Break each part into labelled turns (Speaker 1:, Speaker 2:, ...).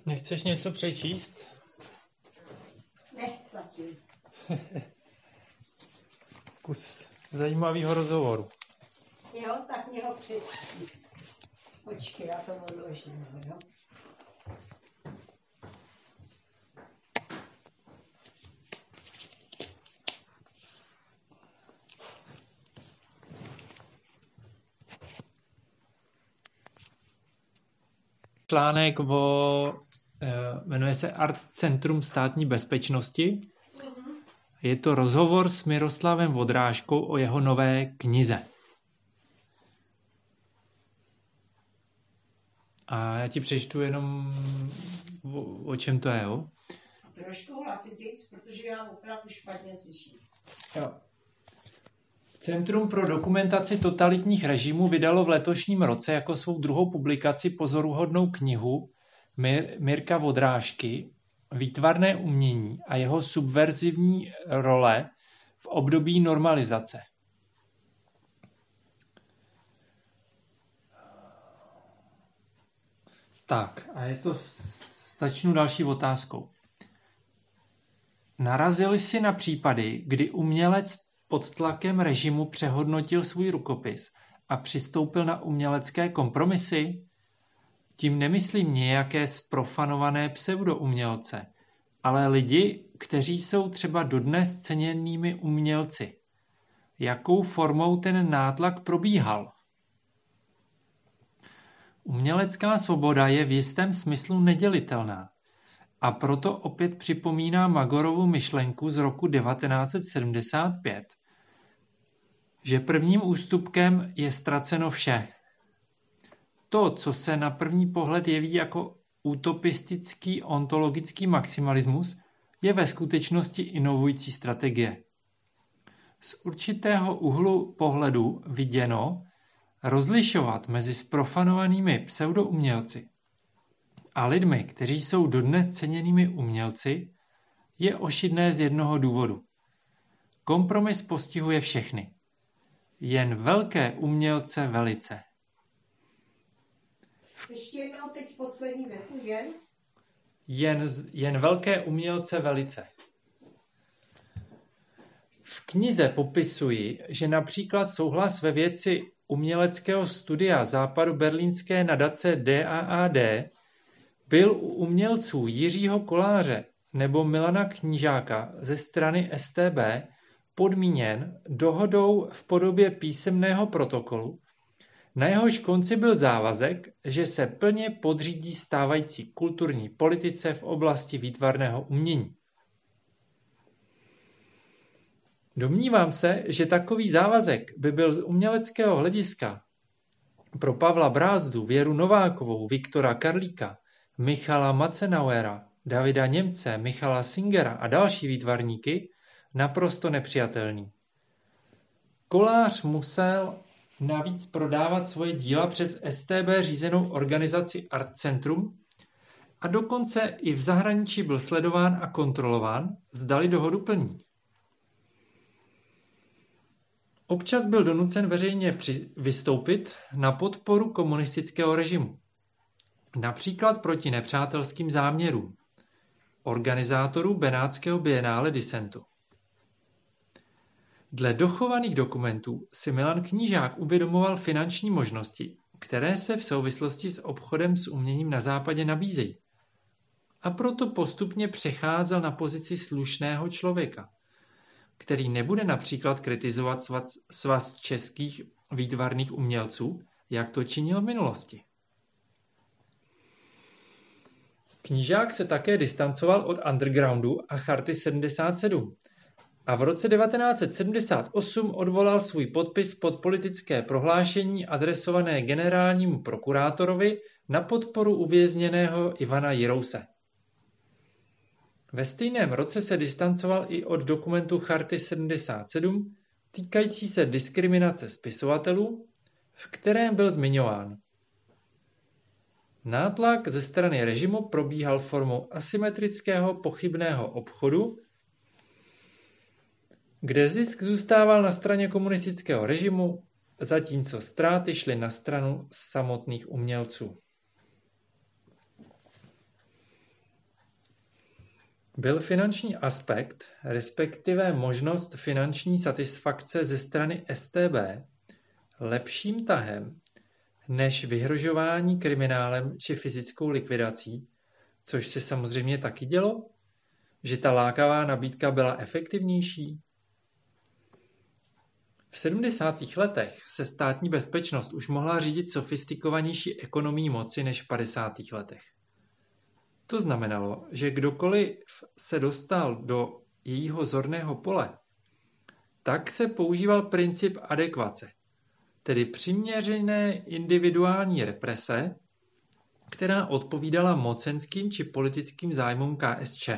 Speaker 1: Nechceš něco přečíst?
Speaker 2: Ne, zatím.
Speaker 1: Kus zajímavého rozhovoru.
Speaker 2: Jo, tak mě ho přečti. Počkej, já to odložím, jo.
Speaker 1: Článek jmenuje se Art Centrum státní bezpečnosti. Je to rozhovor s Miroslavem Vodrážkou o jeho nové knize. A já ti přečtu jenom, o čem to je, jo?
Speaker 2: Trošku hlasitějc, protože já opravdu špatně slyším.
Speaker 1: Jo. Centrum pro dokumentaci totalitních režimů vydalo v letošním roce jako svou druhou publikaci pozoruhodnou knihu Mirka Vodrážky Výtvarné umění a jeho subverzivní role v období normalizace. Tak, a začnu další otázkou. Narazili jsi na případy, kdy umělec pod tlakem režimu přehodnotil svůj rukopis a přistoupil na umělecké kompromisy? Tím nemyslím nějaké zprofanované pseudoumělce, ale lidi, kteří jsou třeba dodnes ceněnými umělci. Jakou formou ten nátlak probíhal? Umělecká svoboda je v jistém smyslu nedělitelná a proto opět připomíná Magorovu myšlenku z roku 1975, že prvním ústupkem je ztraceno vše. To, co se na první pohled jeví jako utopistický ontologický maximalismus, je ve skutečnosti inovující strategie. Z určitého úhlu pohledu viděno rozlišovat mezi zprofanovanými pseudoumělci a lidmi, kteří jsou dodnes ceněnými umělci, je ošidné z jednoho důvodu. Kompromis postihuje všechny. Jen velké umělce velice.
Speaker 2: Ještě jednou teď poslední větu,
Speaker 1: Jen velké umělce velice. V knize popisuji, že například souhlas ve věci uměleckého studia západoberlínské nadace DAAD byl u umělců Jiřího Koláře nebo Milana Knížáka ze strany StB podmíněn dohodou v podobě písemného protokolu, na jehož konci byl závazek, že se plně podřídí stávající kulturní politice v oblasti výtvarného umění. Domnívám se, že takový závazek by byl z uměleckého hlediska pro Pavla Brázdu, Věru Novákovou, Viktora Karlíka, Michala Matzenauera, Davida Němce, Michala Singera a další výtvarníky naprosto nepřijatelný. Kolář musel navíc prodávat svoje díla přes StB řízenou organizaci Art Centrum a dokonce i v zahraničí byl sledován a kontrolován, zdali dohodu plní. Občas byl donucen veřejně vystoupit na podporu komunistického režimu, například proti nepřátelským záměrům organizátorů Benátského bienále disentu. Dle dochovaných dokumentů si Milan Knížák uvědomoval finanční možnosti, které se v souvislosti s obchodem s uměním na západě nabízejí. A proto postupně přecházel na pozici slušného člověka, který nebude například kritizovat svaz českých výtvarných umělců, jak to činil v minulosti. Knížák se také distancoval od undergroundu a Charty 77 a v roce 1978 odvolal svůj podpis pod politické prohlášení adresované generálnímu prokurátorovi na podporu uvězněného Ivana Jirouse. Ve stejném roce se distancoval i od dokumentu Charty 77 týkající se diskriminace spisovatelů, v kterém byl zmiňován. Nátlak ze strany režimu probíhal formou asymetrického pochybného obchodu, kde zisk zůstával na straně komunistického režimu, zatímco ztráty šly na stranu samotných umělců. byl finanční aspekt, respektive možnost finanční satisfakce ze strany StB, lepším tahem než vyhrožování kriminálem či fyzickou likvidací, což se samozřejmě taky dělo, že ta lákavá nabídka byla efektivnější? V 70. letech se státní bezpečnost už mohla řídit sofistikovanější ekonomií moci než v 50. letech. To znamenalo, že kdokoliv se dostal do jejího zorného pole, tak se používal princip adekvace, tedy přiměřené individuální represe, která odpovídala mocenským či politickým zájmům KSČ.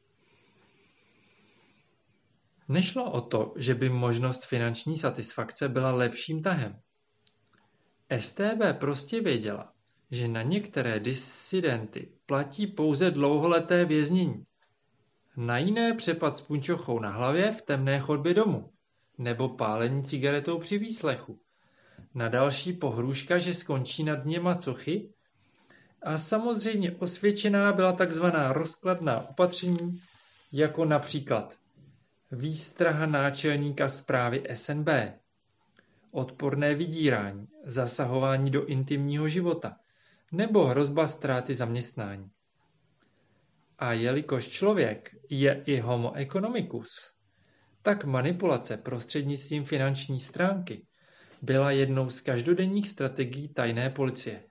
Speaker 1: Nešlo o to, že by možnost finanční satisfakce byla lepším tahem. StB prostě věděla, že na některé disidenty platí pouze dlouholeté věznění, na jiné přepad s punčochou na hlavě v temné chodbě domu, nebo pálení cigaretou při výslechu, na další pohrůžka, že skončí na dně macochy, a samozřejmě osvědčená byla takzvaná rozkladná opatření, jako například výstraha náčelníka správy SNB, odporné vydírání, zasahování do intimního života nebo hrozba ztráty zaměstnání. A jelikož člověk je i homo economicus, tak manipulace prostřednictvím finanční stránky byla jednou z každodenních strategií tajné policie.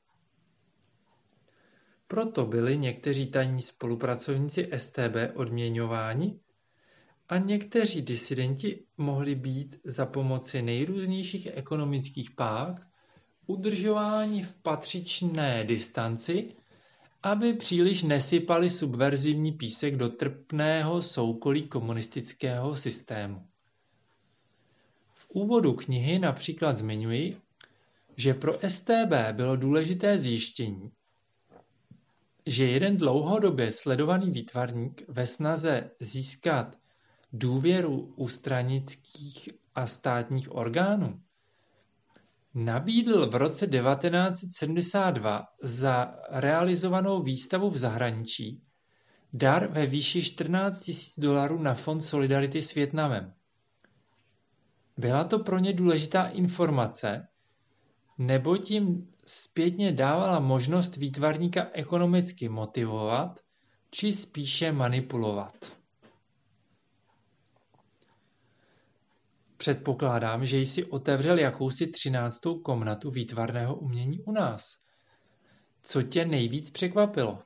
Speaker 1: Proto byli někteří tajní spolupracovníci StB odměňováni a někteří disidenti mohli být za pomoci nejrůznějších ekonomických pák udržováni v patřičné distanci, aby příliš nesypali subverzivní písek do trpného soukolí komunistického systému. V úvodu knihy například zmiňuji, že pro StB bylo důležité zjištění, že jeden dlouhodobě sledovaný výtvarník ve snaze získat důvěru u stranických a státních orgánů nabídl v roce 1972 za realizovanou výstavu v zahraničí dar ve výši $14,000 na Fond Solidarity s Vietnamem. Byla to pro ně důležitá informace, neboť jim zpětně dávala možnost výtvarníka ekonomicky motivovat, či spíše manipulovat. Předpokládám, že jsi otevřel jakousi 13. komnatu výtvarného umění u nás. Co tě nejvíc překvapilo?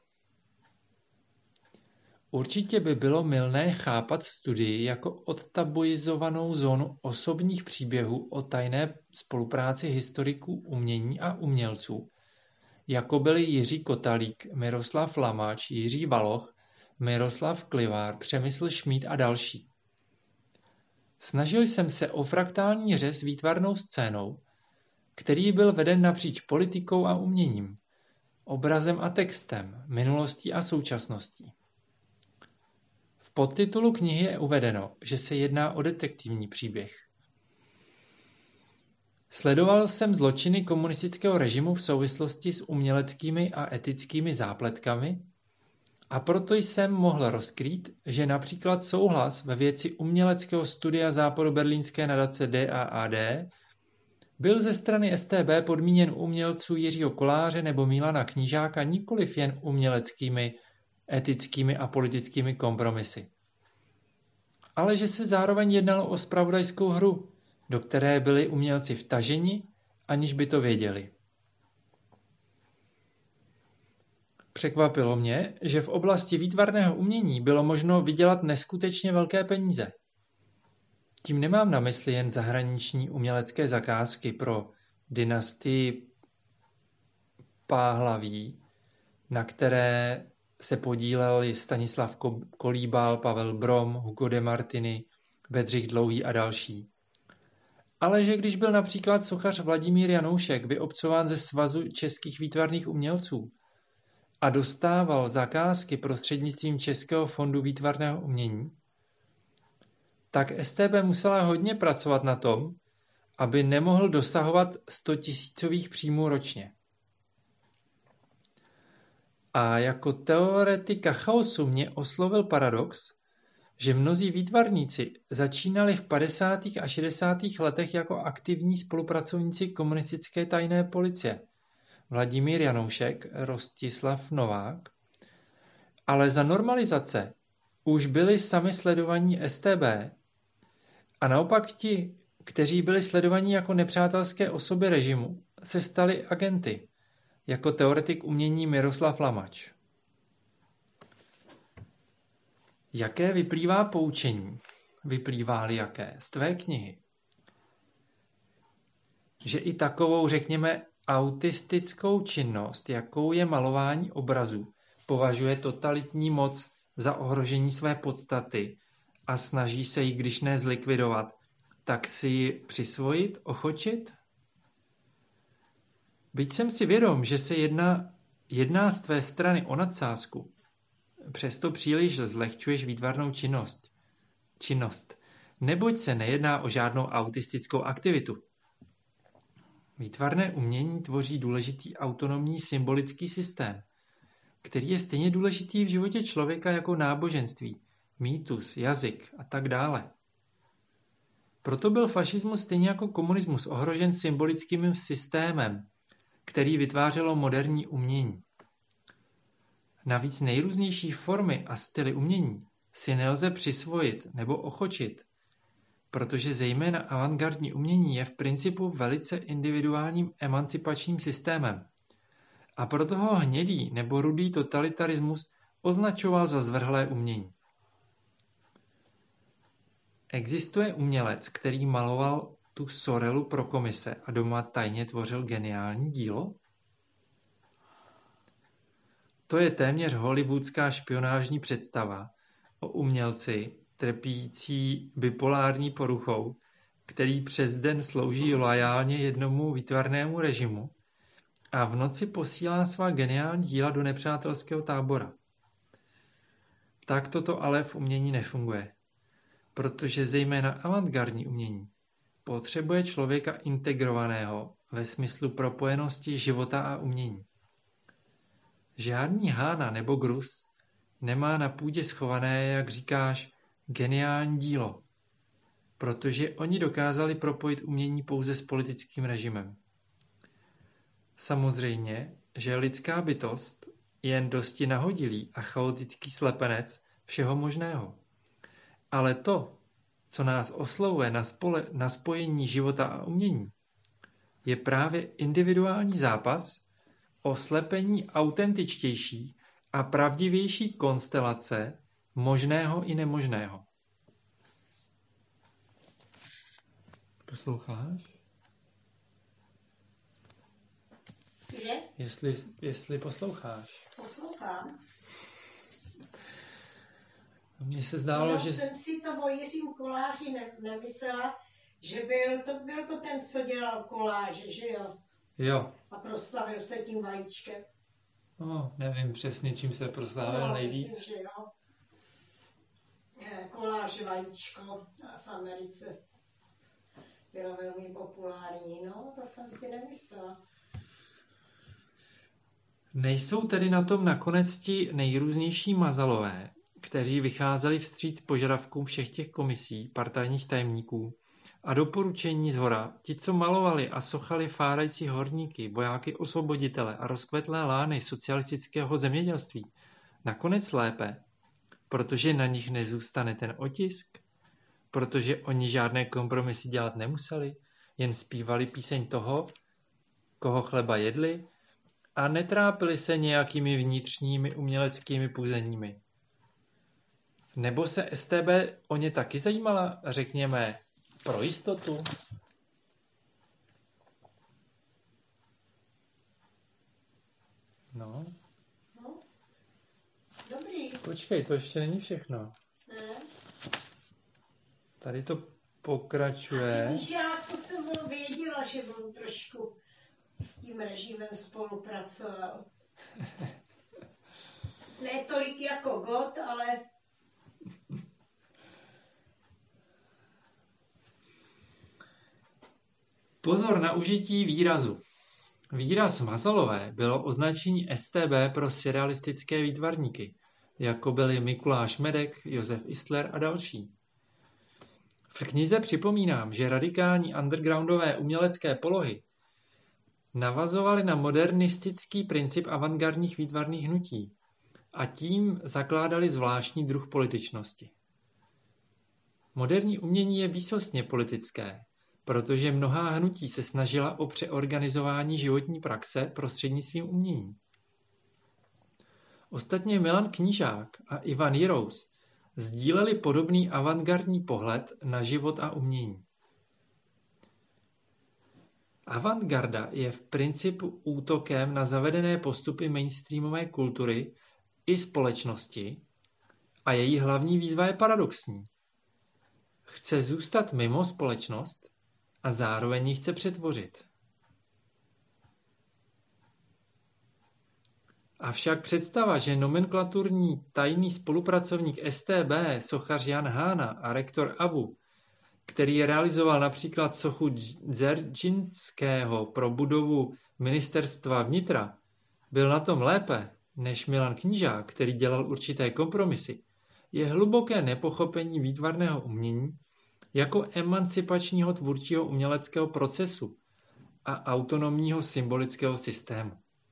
Speaker 1: Určitě by bylo mylné chápat studii jako odtabuizovanou zónu osobních příběhů o tajné spolupráci historiků umění a umělců, jako byli Jiří Kotalík, Miroslav Lamáč, Jiří Baloch, Miroslav Klivár, Přemysl Šmíd a další. Snažil jsem se o fraktální řez výtvarnou scénou, který byl veden napříč politikou a uměním, obrazem a textem, minulostí a současností. V podtitulu knihy je uvedeno, že se jedná o detektivní příběh. Sledoval jsem zločiny komunistického režimu v souvislosti s uměleckými a etickými zápletkami a proto jsem mohl rozkrýt, že například souhlas ve věci uměleckého studia západoberlínské nadace DAAD byl ze strany StB podmíněn umělců Jiřího Koláře nebo Milana Knížáka nikoliv jen uměleckými, etickými a politickými kompromisy. Ale že se zároveň jednalo o zpravodajskou hru, do které byli umělci vtaženi, aniž by to věděli. Překvapilo mě, že v oblasti výtvarného umění bylo možno vydělat neskutečně velké peníze. Tím nemám na mysli jen zahraniční umělecké zakázky pro dynastii Páhlaví, na které se podíleli Stanislav Kolíbal, Pavel Brom, Hugo de Martini, Bedřich Dlouhý a další. Ale že když byl například sochař Vladimír Janoušek vyobcován ze Svazu českých výtvarných umělců a dostával zakázky prostřednictvím Českého fondu výtvarného umění, tak StB musela hodně pracovat na tom, aby nemohl dosahovat 100 000 příjmů ročně. A jako teoretika chaosu mě oslovil paradox, že mnozí výtvarníci začínali v 50. a 60. letech jako aktivní spolupracovníci komunistické tajné policie. Vladimír Janoušek, Rostislav Novák. Ale za normalizace už byli sami sledovaní StB a naopak ti, kteří byli sledovaní jako nepřátelské osoby režimu, se stali agenty, jako teoretik umění Miroslav Lamač. Jaké vyplývá poučení? Vyplývá-li jaké? Z tvé knihy. Že i takovou, řekněme, autistickou činnost, jakou je malování obrazů, považuje totalitní moc za ohrožení své podstaty a snaží se ji, když ne zlikvidovat, tak si ji přisvojit, ochočit? Byť jsem si vědom, že se jedná z tvé strany o nadsázku, přesto příliš zlehčuješ výtvarnou činnost, neboť se nejedná o žádnou autistickou aktivitu. Výtvarné umění tvoří důležitý autonomní symbolický systém, který je stejně důležitý v životě člověka jako náboženství, mýtus, jazyk a tak dále. Proto byl fašismus stejně jako komunismus ohrožen symbolickým systémem, který vytvářelo moderní umění. Navíc nejrůznější formy a styly umění si nelze přisvojit nebo ochočit, protože zejména avantgardní umění je v principu velice individuálním emancipačním systémem. A proto ho hnědý nebo rudý totalitarismus označoval za zvrhlé umění. Existuje umělec, který maloval tu sorelu pro komise a doma tajně tvořil geniální dílo? To je téměř hollywoodská špionážní představa o umělci trpící bipolární poruchou, který přes den slouží loajálně jednomu výtvarnému režimu a v noci posílá svá geniální díla do nepřátelského tábora. Tak toto ale v umění nefunguje, protože zejména avantgardní umění potřebuje člověka integrovaného ve smyslu propojenosti života a umění. Žádný Hána nebo Grus nemá na půdě schované, jak říkáš, geniální dílo, protože oni dokázali propojit umění pouze s politickým režimem. Samozřejmě, že lidská bytost je jen dosti nahodilý a chaotický slepenec všeho možného. Ale to, co nás oslovuje na spojení života a umění, je právě individuální zápas o slepení autentičtější a pravdivější konstelace možného i nemožného. Posloucháš?
Speaker 2: Že?
Speaker 1: Jestli posloucháš.
Speaker 2: Poslouchám.
Speaker 1: Mně se zdálo, že...
Speaker 2: jsem si to o Jiřím Koláři nemyslela, že byl to ten, co dělal koláže, že jo?
Speaker 1: Jo.
Speaker 2: A proslavil se tím vajíčkem.
Speaker 1: No, nevím přesně, čím se proslavil nejvíc.
Speaker 2: Myslím, že jo. Koláž vajíčko v Americe bylo velmi populární. No, to jsem si nemyslela.
Speaker 1: Nejsou tedy na tom nakonec ti nejrůznější mazalové, kteří vycházeli vstříc požadavkům všech těch komisí, partajních tajemníků a doporučení zhora, ti, co malovali a sochali fárající horníky, vojáky osvoboditele a rozkvetlé lány socialistického zemědělství, nakonec lépe, protože na nich nezůstane ten otisk, protože oni žádné kompromisy dělat nemuseli, jen zpívali píseň toho, koho chleba jedli, a netrápili se nějakými vnitřními uměleckými puzeními. Nebo se StB o ně taky zajímala, řekněme, pro jistotu? No.
Speaker 2: Dobrý.
Speaker 1: Počkej, to ještě není všechno.
Speaker 2: Ne?
Speaker 1: Tady to pokračuje.
Speaker 2: Víš, já to jsem věděla, že on trošku s tím režimem spolupracoval. Ne tolik jako Gott, ale...
Speaker 1: Pozor na užití výrazu. Výraz Mazalové bylo označení STB pro surrealistické výtvarníky, jako byli Mikuláš Medek, Josef Isler a další. V knize připomínám, že radikální undergroundové umělecké polohy navazovaly na modernistický princip avantgardních výtvarných hnutí a tím zakládali zvláštní druh političnosti. Moderní umění je výsostně politické, protože mnohá hnutí se snažila o přeorganizování životní praxe prostřednictvím umění. Ostatně Milan Knížák a Ivan Jirous sdíleli podobný avantgardní pohled na život a umění. Avantgarda je v principu útokem na zavedené postupy mainstreamové kultury i společnosti a její hlavní výzva je paradoxní. Chce zůstat mimo společnost a zároveň ji chce přetvořit. Avšak představa, že nomenklaturní tajný spolupracovník STB, sochař Jan Hána a rektor AVU, který realizoval například sochu Dzeržinského pro budovu ministerstva vnitra, byl na tom lépe než Milan Knížák, který dělal určité kompromisy, je hluboké nepochopení výtvarného umění jako emancipačního tvůrčího uměleckého procesu a autonomního symbolického systému.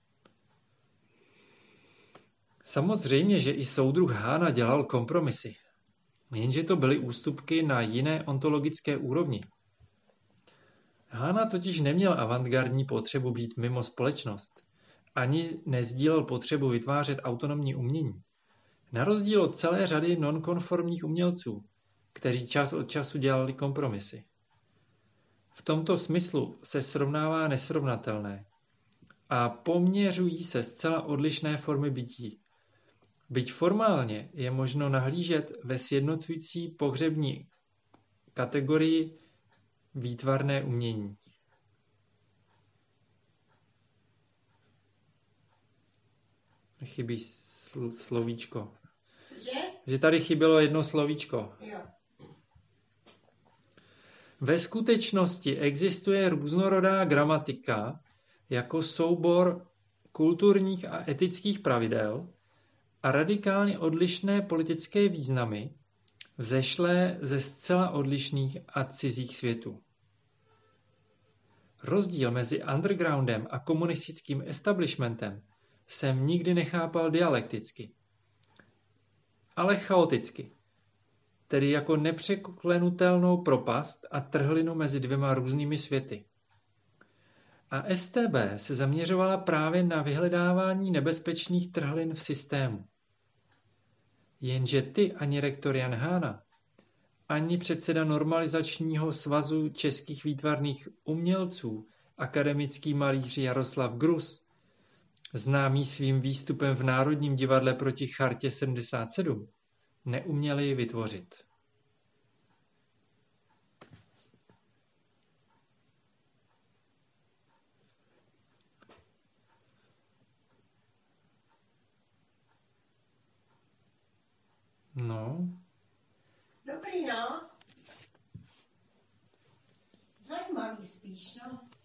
Speaker 1: Samozřejmě, že i soudruh Hána dělal kompromisy, jenže to byly ústupky na jiné ontologické úrovni. Hána totiž neměl avantgardní potřebu být mimo společnost, ani nezdílel potřebu vytvářet autonomní umění, na rozdíl od celé řady nonkonformních umělců, kteří čas od času dělali kompromisy. V tomto smyslu se srovnává nesrovnatelné a poměřují se zcela odlišné formy bytí. Byť formálně je možno nahlížet ve sjednocující pohřební kategorii výtvarné umění. Chybí slovíčko. Že tady chybělo jedno slovíčko.
Speaker 2: Jo.
Speaker 1: Ve skutečnosti existuje různorodá gramatika jako soubor kulturních a etických pravidel a radikálně odlišné politické významy vzešlé ze zcela odlišných a cizích světů. Rozdíl mezi undergroundem a komunistickým establishmentem jsem nikdy nechápal dialekticky, ale chaoticky, tedy jako nepřeklenutelnou propast a trhlinu mezi dvěma různými světy. A STB se zaměřovala právě na vyhledávání nebezpečných trhlin v systému. Jenže ty ani rektor Jan Hána, ani předseda Normalizačního svazu českých výtvarných umělců, akademický malíř Jaroslav Grus, známý svým výstupem v Národním divadle proti Chartě 77, neuměli ji vytvořit. No.
Speaker 2: Dobrý, no. Zajímavý spíš, no.